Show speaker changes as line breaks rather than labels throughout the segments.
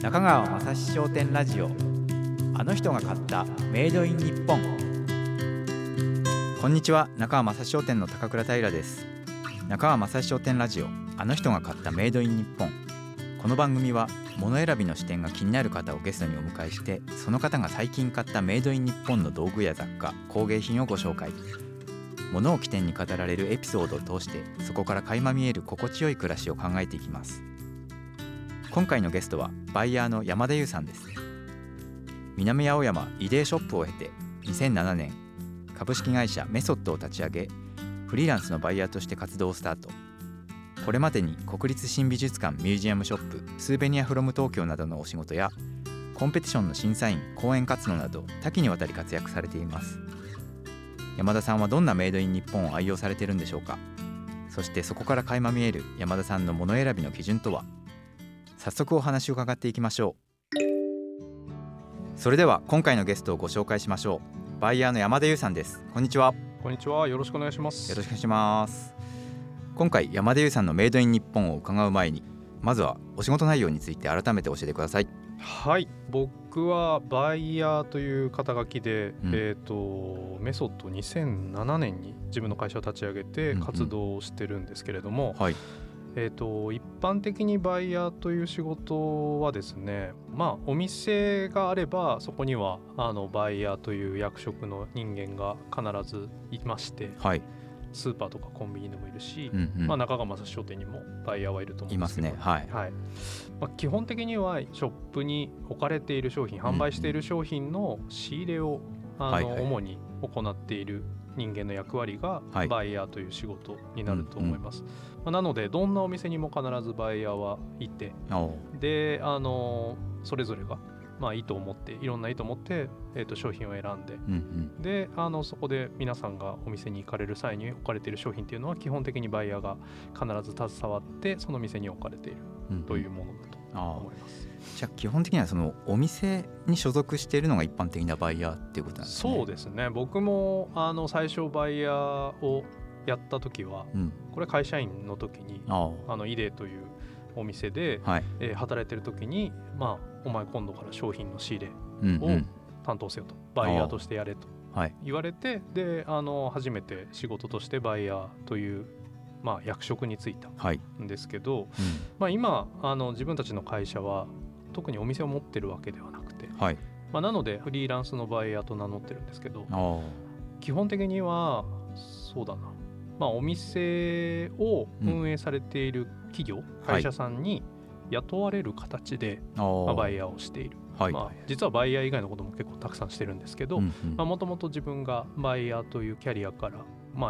中川雅史商店ラジオ、あの人が買ったメイドイン日本。こんにちは、中川雅史商店の高倉平です。中川雅史商店ラジオ、あの人が買ったメイドイン日本。この番組は物選びの視点が気になる方をゲストにお迎えして、その方が最近買ったメイドイン日本の道具や雑貨、工芸品をご紹介。物を起点に語られるエピソードを通して、そこから垣間見える心地よい暮らしを考えていきます。今回のゲストはバイヤーの山田優さんです。南青山イデーショップを経て2007年株式会社メソッドを立ち上げ、フリーランスのバイヤーとして活動をスタート。これまでに国立新美術館ミュージアムショップ、スーベニアフロム東京などのお仕事や、コンペティションの審査員、講演活動など多岐にわたり活躍されています。山田さんはどんなメイドイン日本を愛用されているんでしょうか。そしてそこから垣間見える山田さんの物選びの基準とは。早速お話を伺っていきましょう。それでは今回のゲストをご紹介しましょう。バイヤーの山田優さんです。こんにちは。
こんにちは、よろしくお願いします。
よろしくお願いします。今回山田優さんのメイドイン日本を伺う前に、まずはお仕事内容について改めて教えてください。
はい、僕はバイヤーという肩書きで、メソッド2007年に自分の会社を立ち上げて活動をしてるんですけれども、
はい。
一般的にバイヤーという仕事はですね、お店があればそこにはバイヤーという役職の人間が必ずいまして、
はい。
スーパーとかコンビニでもいるし、中川雅史商店にもバイヤーはいると思うんですけど、
いますね。はい。
基本的にはショップに置かれている商品、販売している商品の仕入れを主に行っている人間の役割がバイヤーという仕事になると思います。なのでどんなお店にも必ずバイヤーはいて、でそれぞれが意図を持って、いろんな意図を持って、商品を選んで、でそこで皆さんがお店に行かれる際に置かれている商品っていうのは基本的にバイヤーが必ず携わってその店に置かれているというものだと思います。
じゃあ基本的にはそのお店に所属しているのが一般的なバイヤーっていうことなんですね。
そうですね。僕も最初バイヤーをやった時は、これ会社員の時にイデーというお店で、働いてる時に、お前今度から商品の仕入れを担当せよと、バイヤーとしてやれと言われて、で初めて仕事としてバイヤーという役職に就いたんですけど、今自分たちの会社は特にお店を持ってるわけではなくて、なのでフリーランスのバイヤーと名乗ってるんですけど、基本的にはそうだな、お店を運営されている企業、会社さんに雇われる形でバイヤーをしている。実はバイヤー以外のことも結構たくさんしてるんですけど、もともと自分がバイヤーというキャリアから、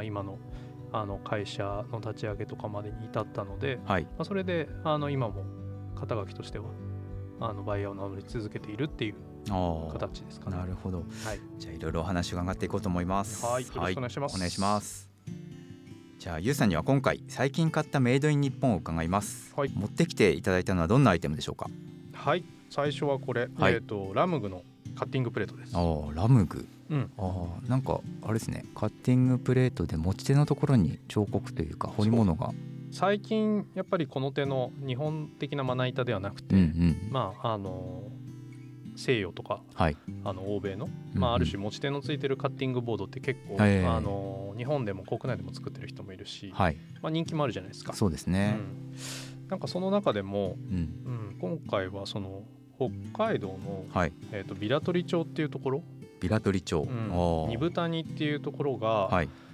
今の会社の立ち上げとかまでに至ったので、それで今も肩書きとしてはバイヤーを名乗り続けているっていう形ですかね。
なるほど。じゃあいろいろお話を伺っていこうと思います。
よろしくお願いします。
お願いします。じゃあゆうさんには今回最近買ったメイドイン日本を伺います。持ってきていただいたのはどんなアイテムでしょうか。
はい、最初はこれ、ラムグのカッティングプレートです。
ラムグ、なんかあれですね、カッティングプレートで持ち手のところに彫刻というか彫り物が。
最近やっぱりこの手の日本的なまな板ではなくて、西洋とか、欧米の、ある種持ち手のついてるカッティングボードって結構、日本でも国内でも作ってる人もいるし、人気もあるじゃないですか。
そうですね。
なんかその中でも、今回はその北海道の、ビラトリ町っていうところ、
ビラトリ町、
二部谷っていうところが、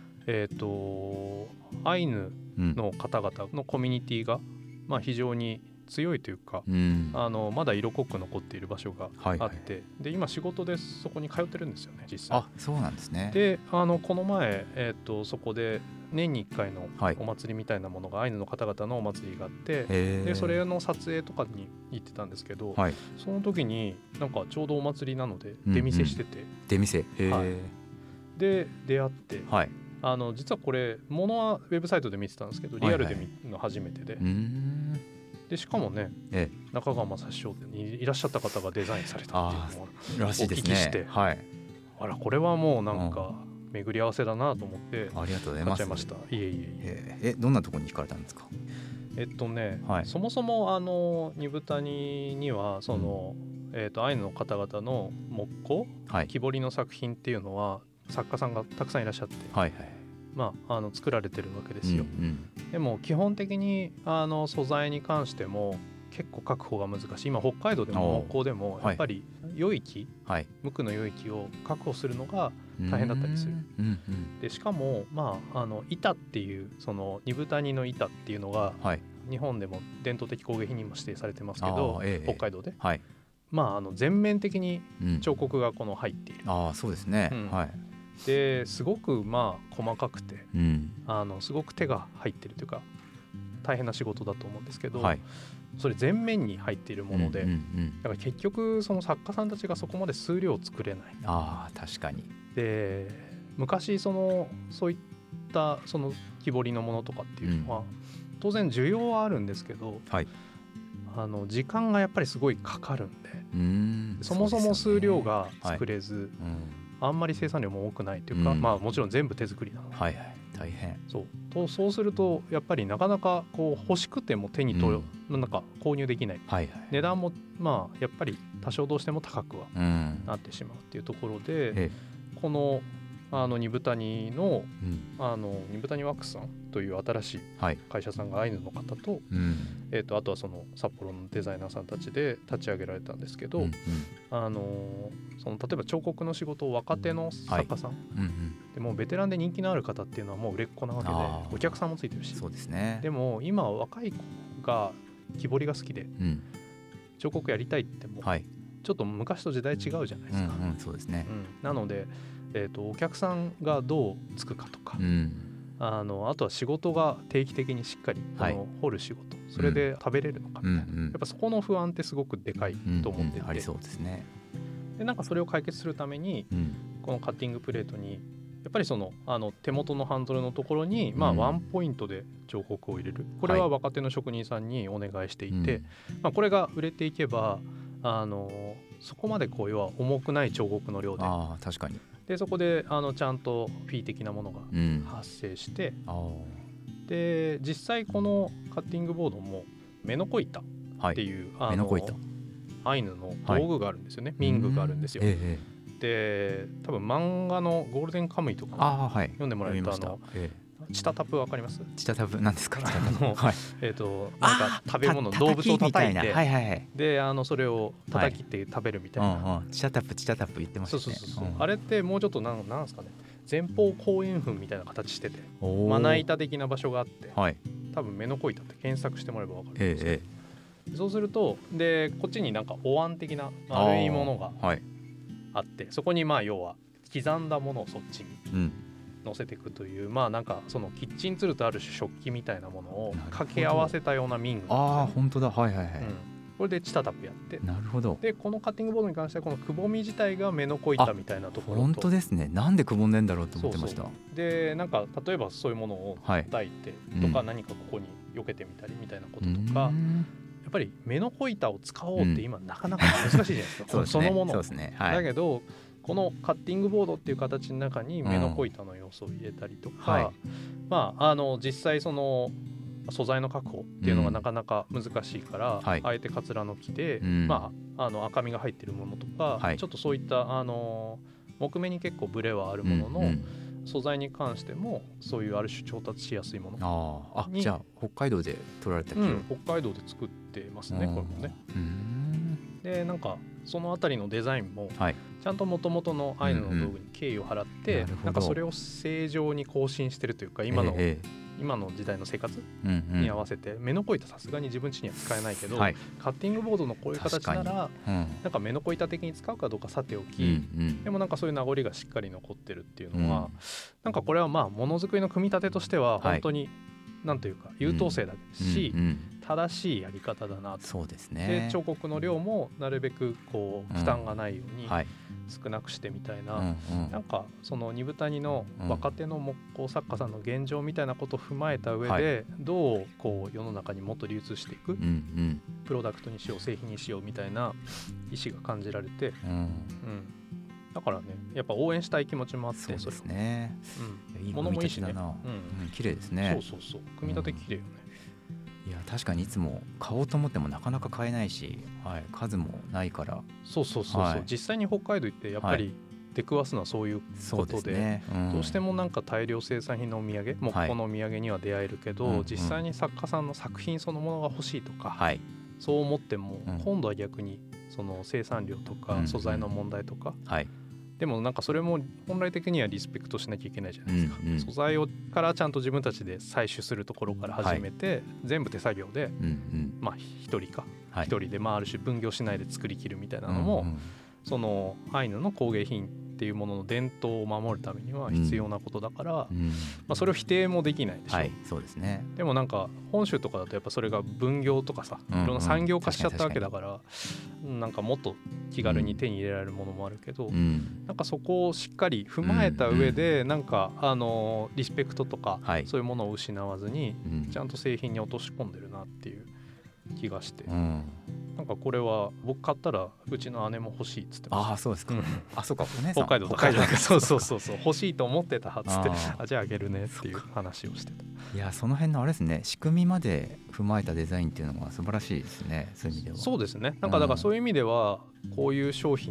アイヌの方々のコミュニティが、非常に強いというか、まだ色濃く残っている場所があって、で今仕事でそこに通ってるんですよね、実際。
そうなんですね。
でこの前、そこで年に1回のお祭りみたいなものが、アイヌの方々のお祭りがあって、でそれの撮影とかに行ってたんですけど、その時になんかちょうどお祭りなので出店してて、
出店、
で出会って、実はこれ物はウェブサイトで見てたんですけど、リアルで見るの初めてで、でしかもね、中川雅史商店にいらっしゃった方がデザインされたっていうのをお聞きして、あらこれはもうなんか巡り合わせだなと思って
ありがとうございます。
買っちゃいました。いえいえ。
どんなところに惹かれたんですか。
そもそも二風谷にはその、アイヌの方々の木工、木彫りの作品っていうのは作家さんがたくさんいらっしゃって、作られてるわけですよ。でも基本的に素材に関しても結構確保が難しい。今北海道でも木工でもやっぱり良い木、無垢の良い木を確保するのが大変だったりする。でしかも、板っていうその二風谷の板っていうのが、日本でも伝統的工芸品にも指定されてますけど、北海道で、全面的に彫刻が入っている。
そうですね。
ですごく細かくて、すごく手が入ってるというか大変な仕事だと思うんですけど、それ全面に入っているもので、だから結局その作家さんたちがそこまで数量作れない。
確かに。
で昔そういったその木彫りのものとかっていうのは、当然需要はあるんですけど、時間がやっぱりすごいかかるんで、そもそも数量が作れず、あんまり生産量も多くないというか、もちろん全部手作りなので、
大変。
そうするとやっぱりなかなか欲しくても手になんか購入できない、値段もやっぱり多少どうしても高くはなってしまうっていうところで、この二風谷の、二風谷ワックスさんという新しい会社さんがアイヌの方と、あとはその札幌のデザイナーさんたちで立ち上げられたんですけど、その例えば彫刻の仕事を若手の作家さん、でもベテランで人気のある方っていうのはもう売れっ子なわけで、お客さんもついてるし、でも今は若い子が木彫りが好きで、彫刻やりたいっても、ちょっと昔と時代違うじゃないですか。
そうですね。
なのでお客さんがどうつくかとか、あとは仕事が定期的にしっかり掘る仕事、それで食べれるのかみたいな、やっぱそこの不安ってすごくでかいと思ってて、
ありそうですね。
でなんかそれを解決するために、このカッティングプレートにやっぱりその手元のハンドルのところに、ワンポイントで彫刻を入れる、これは若手の職人さんにお願いしていて、これが売れていけばそこまで要は重くない彫刻の量で、
確かに。
でそこでちゃんとフィー的なものが発生して、で実際このカッティングボードもメノコ板っていう、アイヌの道具があるんですよね、民具があるんですよ。で多分漫画のゴールデンカムイとか読んでもらえるとチタタプわかります？
チタタプなんですか？
なんか食べ物、動物を叩いて、でそれを叩きって食べるみたいな、
チタタプ言ってましたね。
あれってもうちょっとなんですかね、前方後円墳みたいな形してて、まな板的な場所があって、多分メノコ板って検索してもらえばわかるんですけど、そうするとでこっちになんかお椀的な丸いものがあって、そこに要は刻んだものをそっちに乗せていくという、なんかそのキッチンツールとある種食器みたいなものを掛け合わせたような民具なんですよね。
本当だ。
これでチタタプやって、
なるほど。
でこのカッティングボードに関してはこのくぼみ自体がメノコ板みたいなところと、
本当ですね。なんでくぼんでんだろうと思ってました。
でなんか例えばそういうものを叩いてとか、何かここに避けてみたりみたいなこととか、やっぱりメノコ板を使おうって今なかなか難しいじゃないですか。そのもの。だけどこのカッティングボードっていう形の中にメノコ板の要素を入れたりとか、実際その素材の確保っていうのがなかなか難しいから、あえてカツラの木で、赤みが入ってるものとか、ちょっとそういった木目に結構ブレはあるものの、素材に関してもそういうある種調達しやすいものに、
じゃあ北海道で取られた木、
北海道で作ってますね、これもね。でなんかそのあたりのデザインもちゃんと元々のアイヌの道具に敬意を払って、なんかそれを正常に更新してるというか、今の時代の生活に合わせて、メノコ板さすがに自分家には使えないけど、カッティングボードのこういう形ならなんかメノコ板的に使うかどうかさておき、でもなんかそういう名残がしっかり残ってるっていうのは、なんかこれはものづくりの組み立てとしては本当になんというか優等生だし、正しいやり方だなと。
そうですね。
で彫刻の量もなるべく負担がないように少なくしてみたいな、なんかその二風谷の若手の木工作家さんの現状みたいなことを踏まえた上で、どう世の中にもっと流通していく、プロダクトにしよう、製品にしようみたいな意思が感じられて、だからねやっぱ応援したい気持ちもあって、
そうですね。
物もいいしね、
綺麗ですね。
そう組み立て綺麗よね。
いや確かにいつも買おうと思ってもなかなか買えないし、はい、数もないから。
そう、はい、実際に北海道行ってやっぱり出くわすのはそういうことで、ね、どうしてもなんか大量生産品のお土産、木工のお土産には出会えるけど、実際に作家さんの作品そのものが欲しいとか、そう思っても、今度は逆にその生産量とか素材の問題とか、でもなんかそれも本来的にはリスペクトしなきゃいけないじゃないですか、素材からちゃんと自分たちで採取するところから始めて、全部手作業で、まあ一人で、まあある種分業しないで作り切るみたいなのも、そのアイヌの工芸品っていうものの伝統を守るためには必要なことだから、まあ、それを否定もできないでしょ、
そうですね。
でもなんか本州とかだとやっぱそれが分業とかさ、いろんな産業化しちゃったわけだから、なんかもっと気軽に手に入れられるものもあるけど、なんかそこをしっかり踏まえた上で、なんかリスペクトとかそういうものを失わずにちゃんと製品に落とし込んでるなっていう気がして、なんかこれは僕買ったらうちの姉も欲しいっつってました。
ああそうですか、あそうか、お姉さん
北海道だからそう欲しいと思ってたっつって、じゃああげるねっていう話をしてた。
いやその辺のあれですね、仕組みまで踏まえたデザインっていうのが素晴らしいですね、そういう意味では。そうですね、
なんかだからそういう意味ではこういう商品って、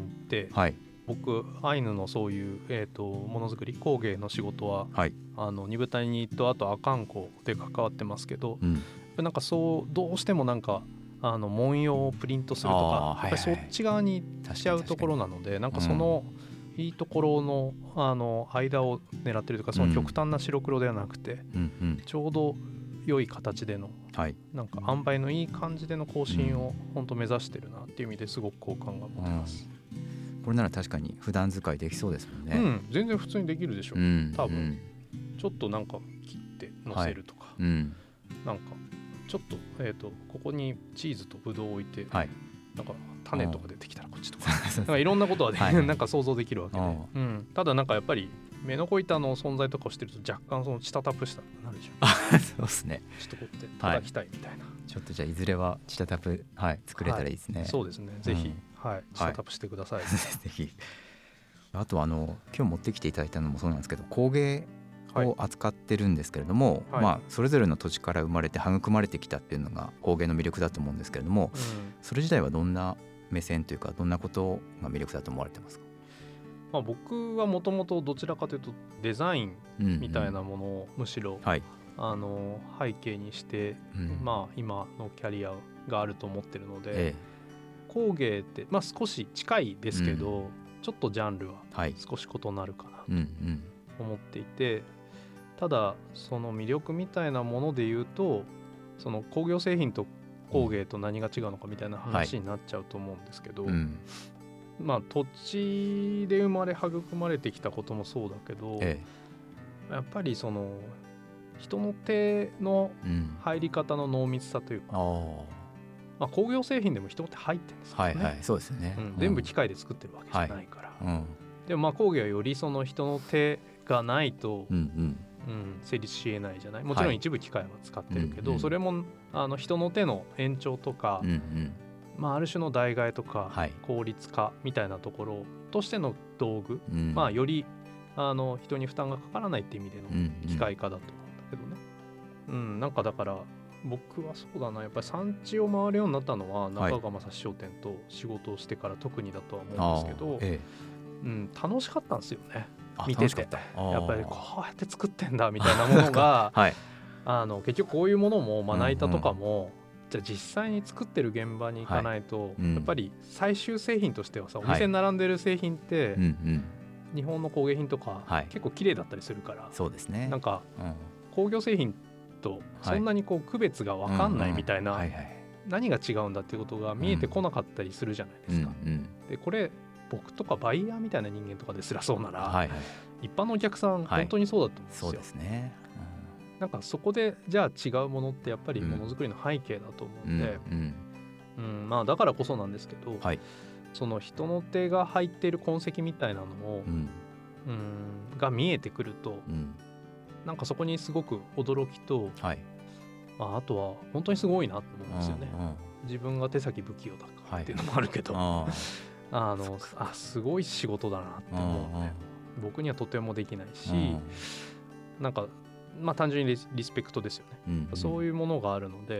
僕アイヌのそういうものづくり工芸の仕事は、二部隊にとあと阿寒湖で関わってますけど、なんかそうどうしてもなんか文様をプリントするとか、やっぱりそっち側にしちゃうところなので、なんかそのいいところの間を狙ってるというか、その極端な白黒ではなくて、ちょうど良い形での、なんか塩梅のいい感じでの更新を本当目指してるなっていう意味ですごく好感が持てます。
これなら確かに普段使いできそうですもんね。
全然普通にできるでしょ、多分、ちょっとなんか切って乗せるとか、なんかちょっと、ここにチーズとブドウを置いて、なんか種とか出てきたらこっちとかなんかいろんなことは、なんか想像できるわけで、ただなんかやっぱり目のこ板の存在とかをしてると若干そのチタタプしたなるでしょ。
そうですね。
ちょっとこうやって叩きたいみたいな、
ちょっとじゃあいずれはチタタプ、作れたらいいですね。
そうですね、ぜひ、チタタプしてください。
ぜひ。あと今日持ってきていただいたのもそうなんですけど、工芸を扱ってるんですけれども、それぞれの土地から生まれて育まれてきたっていうのが工芸の魅力だと思うんですけれども、それ自体はどんな目線というかどんなことが魅力だと思われてますか？
僕はもともとどちらかというとデザインみたいなものをむしろ、背景にして、今のキャリアがあると思ってるので、工芸って、少し近いですけど、ちょっとジャンルは少し異なるかなと思っていて、ただその魅力みたいなもので言うと、その工業製品と工芸と何が違うのかみたいな話になっちゃうと思うんですけど、土地で生まれ育まれてきたこともそうだけど、やっぱりその人の手の入り方の濃密さというか、工業製品でも人の手入ってるんですよね。
そうですね、
全部機械で作ってるわけじゃないから、でも工芸はよりその人の手がないと、成立しえないじゃない。もちろん一部機械は使ってるけど、それも人の手の延長とか、ある種の代替えとか、効率化みたいなところとしての道具、より人に負担がかからないっていう意味での機械化だと思うんだけどね。なんかだから僕はそうだな、やっぱり産地を回るようになったのは中川正史商店と仕事をしてから特にだとは思うんですけど、楽しかったんですよね、見てて。やっぱりこうやって作ってんだみたいなものが結局こういうものもまな板とかも、じゃあ実際に作ってる現場に行かないと、やっぱり最終製品としてはさ、お店に並んでる製品って、日本の工芸品とか、結構綺麗だったりするから、
そうですね、
なんか、工業製品とそんなにこう区別が分かんないみたいな、何が違うんだっていうことが見えてこなかったりするじゃないですか。でこれ僕とかバイヤーみたいな人間とかですらそうなら、一般のお客さん本当にそうだと思うんですよ。
そうですね。
なんかそこでじゃあ違うものってやっぱりものづくりの背景だと思うんで、だからこそなんですけど、その人の手が入っている痕跡みたいなのを、が見えてくると、なんかそこにすごく驚きと、あとは本当にすごいなと思うんですよね。自分が手先不器用だからっていうのもあるけど、すごい仕事だなって思うね。僕にはとてもできないし、なんか単純にリスペクトですよね。そういうものがあるので、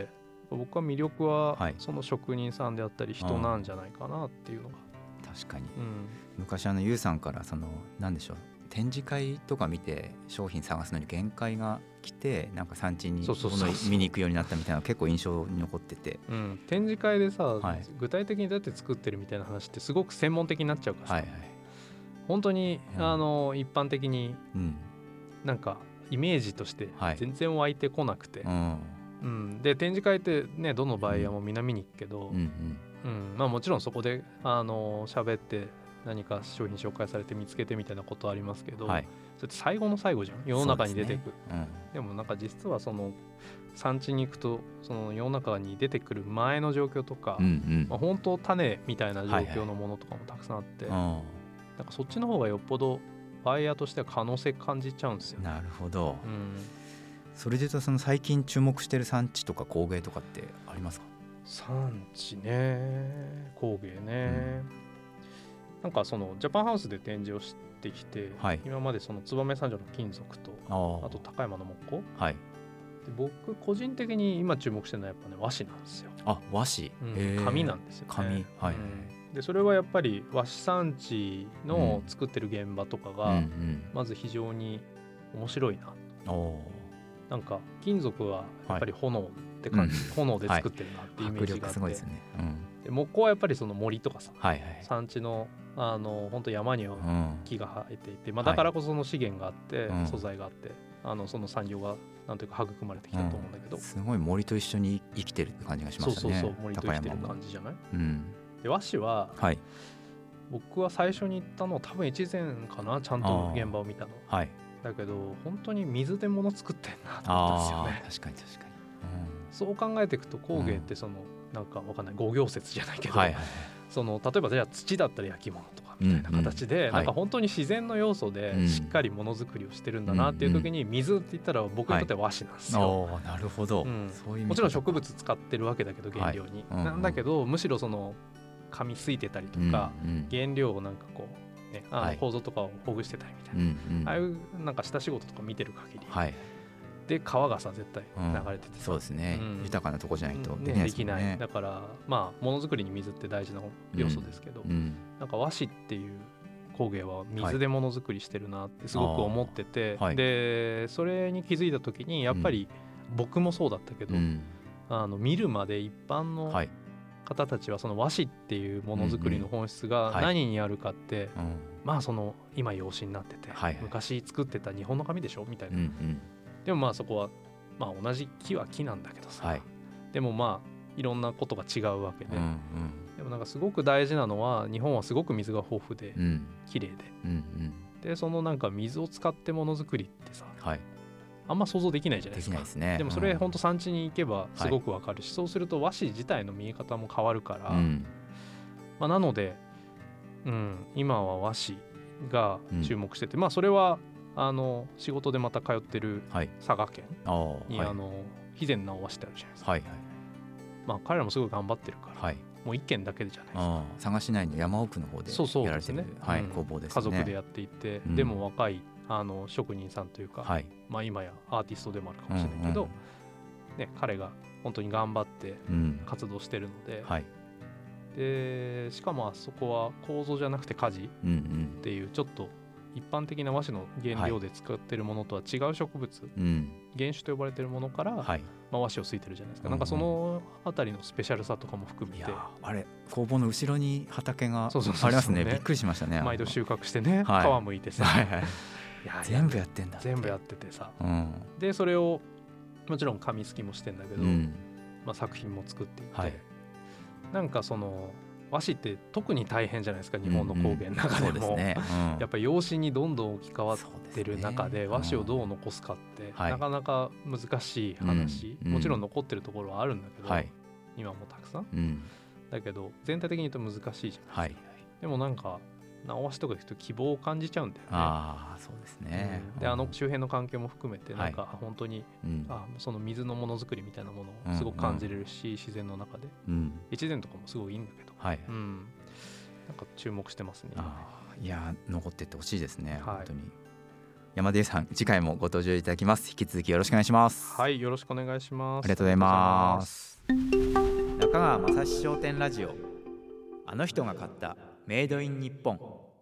僕は魅力はその職人さんであったり人なんじゃないかなっていうのが、
確かに、昔ユウさんから何でしょう、展示会とか見て商品探すのに限界が来てなんか産地に見に行くようになったみたいな結構印象に残ってて、
展示会でさ、具体的にどうやって作ってるみたいな話ってすごく専門的になっちゃうからさ、本当に、一般的になんかイメージとして全然湧いてこなくて、で展示会ってねどのバイヤーもみんな見に行くけど、もちろんそこで喋って何か商品紹介されて見つけてみたいなことありますけど、それって最後の最後じゃん、世の中に出てくる。でもなんか実はその産地に行くとその世の中に出てくる前の状況とか、本当種みたいな状況のものとかもたくさんあって、なんかそっちの方がよっぽどバイヤーとしては可能性感じちゃうんですよ。
なるほど、それで言うと最近注目してる産地とか工芸とかってありますか？
産地ね、工芸ね、なんかそのジャパンハウスで展示をしてきて、今までその燕三条の金属とあと高山の木工、で僕個人的に今注目してるのはやっぱね和紙なんですよ。
和紙、
紙なんですよね。
紙、
でそれはやっぱり和紙産地の作ってる現場とかがまず非常に面白いな。なんか金属はやっぱり炎って感じ、炎で作ってるなってイメージがあって、で木工はやっぱりその森とかさ、産地の本当山には木が生えていて、だからこその資源があって、素材があってその産業がなんというか育まれてきたと思うんだけど、
すごい森と一緒に生きてるって感じがしましたね。
そう森と生きてる感じじゃない？で和紙は、僕は最初に行ったのは多分越前かな、ちゃんと現場を見たの。だけど本当に水で物作ってんなと思ったんですよね。
確かに、
そう考えていくと工芸ってなんかわかんない5行説じゃないけど、その例えばじゃあ土だったら焼き物とかみたいな形で、なんか本当に自然の要素でしっかりものづくりをしてるんだなっていう時に、水って言ったら僕にとっては和紙なんですよ。
なるほど、
もちろん植物使ってるわけだけど原料に、なんだけどむしろその紙すいてたりとか、原料をなんかこう構造とかをほぐしてたりみたいな、ああいうなんか下仕事とか見てる限り、で川がさ絶対流れてて、
そうですね、豊かなとこじゃないとできない。
だからものづくりに水って大事な要素ですけど、なんか和紙っていう工芸は水でものづくりしてるなってすごく思ってて、でそれに気づいた時にやっぱり僕もそうだったけど、見るまで一般の方たちはその和紙っていうものづくりの本質が何にあるかって、その今用紙になってて、昔作ってた日本の紙でしょみたいな、でもそこは同じ木は木なんだけどさ、でもいろんなことが違うわけで、でもなんかすごく大事なのは日本はすごく水が豊富で綺麗で、でそのなんか水を使ってものづくりってさ、あんま想像できないじゃないですか。
できないですね。
でもそれ本当産地に行けばすごくわかるし、そうすると和紙自体の見え方も変わるから、なので、今は和紙が注目してて、それは仕事でまた通ってる佐賀県に肥前直和紙ってあるじゃないですか。彼らもすごい頑張ってるから、もう一軒だけじゃないですか。
佐賀市内の山奥の方でやられてる工房ですね。
家族でやっていて、でも若い職人さんというか、今やアーティストでもあるかもしれないけど、彼が本当に頑張って活動してるので、でしかもあそこは構造じゃなくて果樹っていうちょっと一般的な和紙の原料で使ってるものとは違う植物、原種と呼ばれてるものから、和紙をすいてるじゃないですか。なんかそのあたりのスペシャルさとかも含めて、
あれ工房の後ろに畑がありますね。びっくりしましたね。
毎度収穫してね、皮むいてさ、
全部やってんだ。
全部やっててさ、でそれをもちろん紙すきもしてんだけど、作品も作っていて、なんかその和紙って特に大変じゃないですか、日本の工芸の中でも。やっぱり用紙にどんどん置き換わってる中で和紙をどう残すかってなかなか難しい話、もちろん残ってるところはあるんだけど、今もたくさん、だけど全体的に言うと難しいじゃないですか。でもなんか直和紙とかで言うと希望を感じちゃうんだよね。
そうですね。
で周辺の環境も含めてなんか本当に、その水のものづくりみたいなものをすごく感じれるし、自然の中で、越前とかもすごいいいんだけど、なんか注目してますね。
いや残ってってほしいですね、本当に。 山田優さん、次回もご登場いただきます。引き続きよろしくお願いします。
はい、よろしくお願いします。
ありがとうございます。中川雅史商店ラジオ、あの人が買ったメイドイン日本。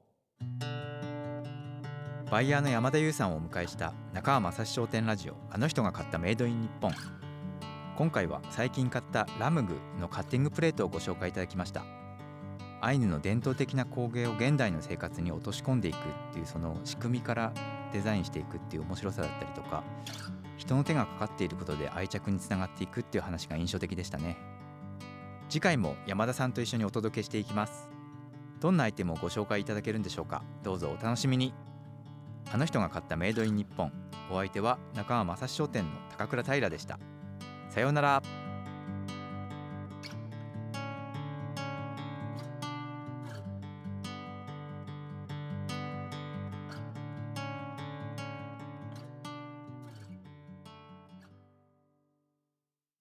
バイヤーの山田優さんをお迎えした中川雅史商店ラジオ、あの人が買ったメイドイン日本。今回は最近買ったラムグのカッティングプレートをご紹介いただきました。アイヌの伝統的な工芸を現代の生活に落とし込んでいくっていう、その仕組みからデザインしていくっていう面白さだったりとか、人の手がかかっていることで愛着につながっていくっていう話が印象的でしたね。次回も山田さんと一緒にお届けしていきます。どんなアイテムをご紹介いただけるんでしょうか。どうぞお楽しみに。あの人が買ったメイドイン日本。お相手は中川雅史商店の高倉平でした。さようなら。